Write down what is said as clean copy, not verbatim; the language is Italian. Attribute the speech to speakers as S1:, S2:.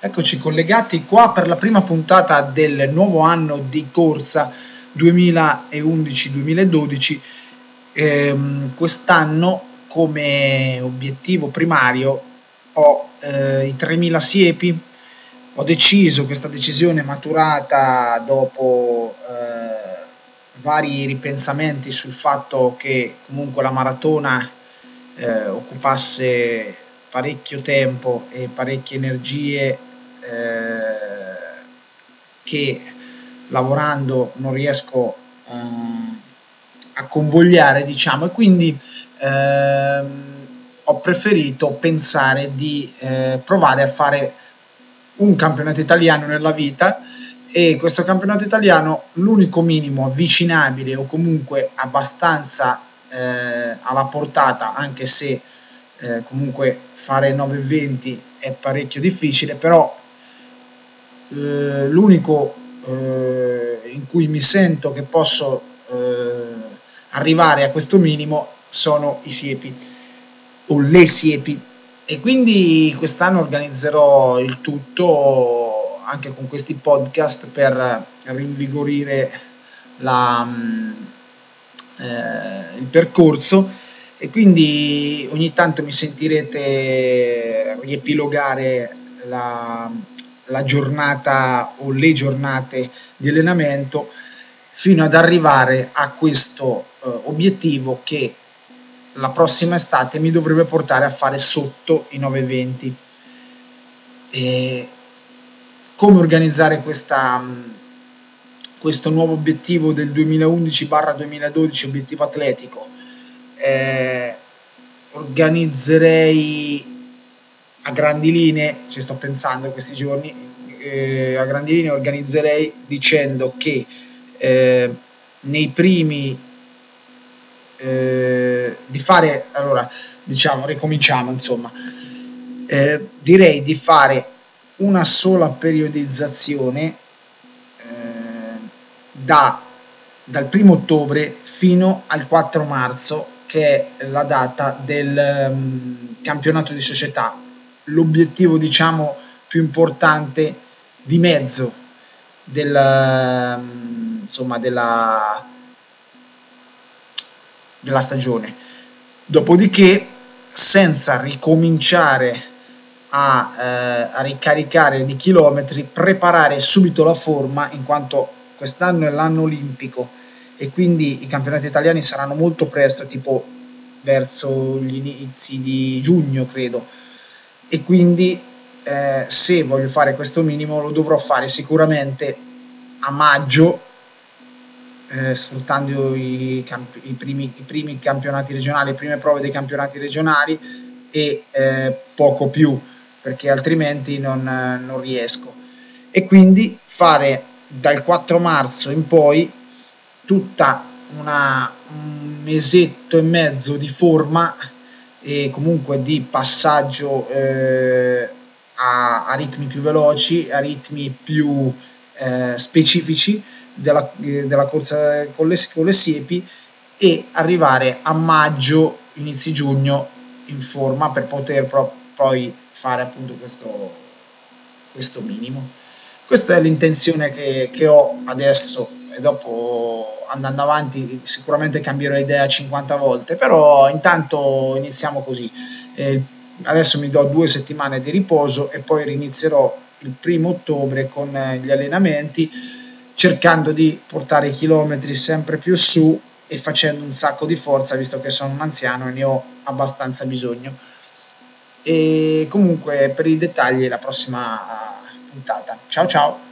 S1: Eccoci collegati qua per la prima puntata del nuovo anno di corsa 2011-2012. Quest'anno come obiettivo primario ho i 3000 siepi. Ho deciso, questa decisione è maturata dopo vari ripensamenti sul fatto che comunque la maratona occupasse parecchio tempo e parecchie energie che lavorando non riesco a convogliare, diciamo, e quindi ho preferito pensare di provare a fare un campionato italiano nella vita, e questo campionato italiano, l'unico minimo avvicinabile o comunque abbastanza alla portata, anche se comunque fare 9:20 è parecchio difficile, però l'unico in cui mi sento che posso arrivare a questo minimo sono i siepi o le siepi, e quindi quest'anno organizzerò il tutto anche con questi podcast per rinvigorire il percorso, e quindi ogni tanto mi sentirete riepilogare la giornata o le giornate di allenamento fino ad arrivare a questo obiettivo che la prossima estate mi dovrebbe portare a fare sotto i 9:20. E come organizzare questo nuovo obiettivo del 2011-2012, obiettivo atletico? Organizzerei a grandi linee, ci sto pensando in questi giorni, a grandi linee organizzerei dicendo che nei primi di fare, allora diciamo, ricominciamo insomma, direi di fare una sola periodizzazione dal 1° ottobre fino al 4 marzo, che è la data del campionato di società, l'obiettivo diciamo più importante di mezzo insomma della stagione. Dopodiché, senza ricominciare a ricaricare di chilometri, preparare subito la forma, in quanto quest'anno è l'anno olimpico e quindi i campionati italiani saranno molto presto, tipo verso gli inizi di giugno credo, e quindi se voglio fare questo minimo lo dovrò fare sicuramente a maggio, sfruttando i primi campionati regionali, le prime prove dei campionati regionali e poco più, perché altrimenti non riesco. E quindi fare dal 4 marzo in poi tutta un mesetto e mezzo di forma e comunque di passaggio a ritmi più veloci, a ritmi più specifici della corsa con le siepi, e arrivare a maggio, inizi giugno in forma per poter poi fare appunto questo minimo. Questa è l'intenzione che ho adesso, e dopo andando avanti sicuramente cambierò idea 50 volte, però intanto iniziamo così. Adesso mi do 2 settimane di riposo e poi rinizierò il 1° ottobre con gli allenamenti, cercando di portare i chilometri sempre più su e facendo un sacco di forza, visto che sono un anziano e ne ho abbastanza bisogno. E comunque per i dettagli la prossima puntata. Ciao ciao!